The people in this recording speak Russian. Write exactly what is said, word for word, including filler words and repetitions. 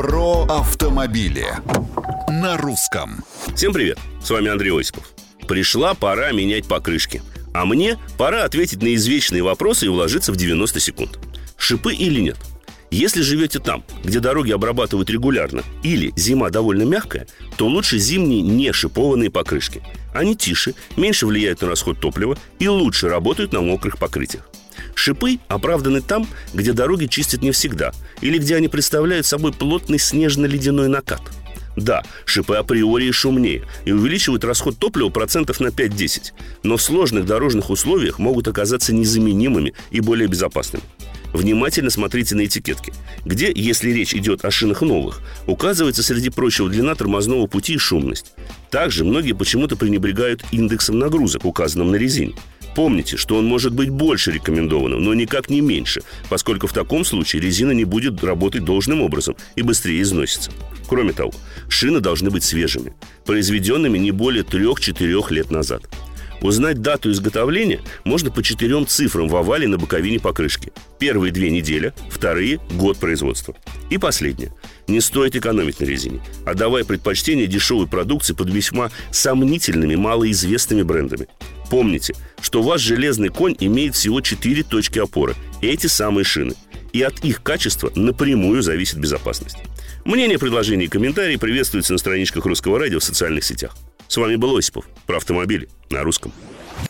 Про автомобили на русском. Всем привет, с вами Андрей Осипов. Пришла пора менять покрышки, а мне пора ответить на извечные вопросы и уложиться в девяносто секунд. Шипы или нет? Если живете там, где дороги обрабатывают регулярно, или зима довольно мягкая, то лучше зимние не шипованные покрышки. Они тише, меньше влияют на расход топлива и лучше работают на мокрых покрытиях. Шипы оправданы там, где дороги чистят не всегда, или где они представляют собой плотный снежно-ледяной накат. Да, шипы априори шумнее и увеличивают расход топлива процентов на пять-десять, но в сложных дорожных условиях могут оказаться незаменимыми и более безопасными. Внимательно смотрите на этикетки, где, если речь идет о шинах новых, указывается среди прочего длина тормозного пути и шумность. Также многие почему-то пренебрегают индексом нагрузок, указанным на резине. Помните, что он может быть больше рекомендованного, но никак не меньше, поскольку в таком случае резина не будет работать должным образом и быстрее износится. Кроме того, шины должны быть свежими, произведенными не более трех-четырех лет назад. Узнать дату изготовления можно по четырем цифрам в овале на боковине покрышки. Первые две недели, вторые – год производства. И последнее. Не стоит экономить на резине, отдавая предпочтение дешевой продукции под весьма сомнительными, малоизвестными брендами. Помните, что ваш железный конь имеет всего четыре точки опоры – эти самые шины. И от их качества напрямую зависит безопасность. Мнения, предложения и комментарии приветствуются на страничках Русского радио в социальных сетях. С вами был Осипов про автомобили на русском.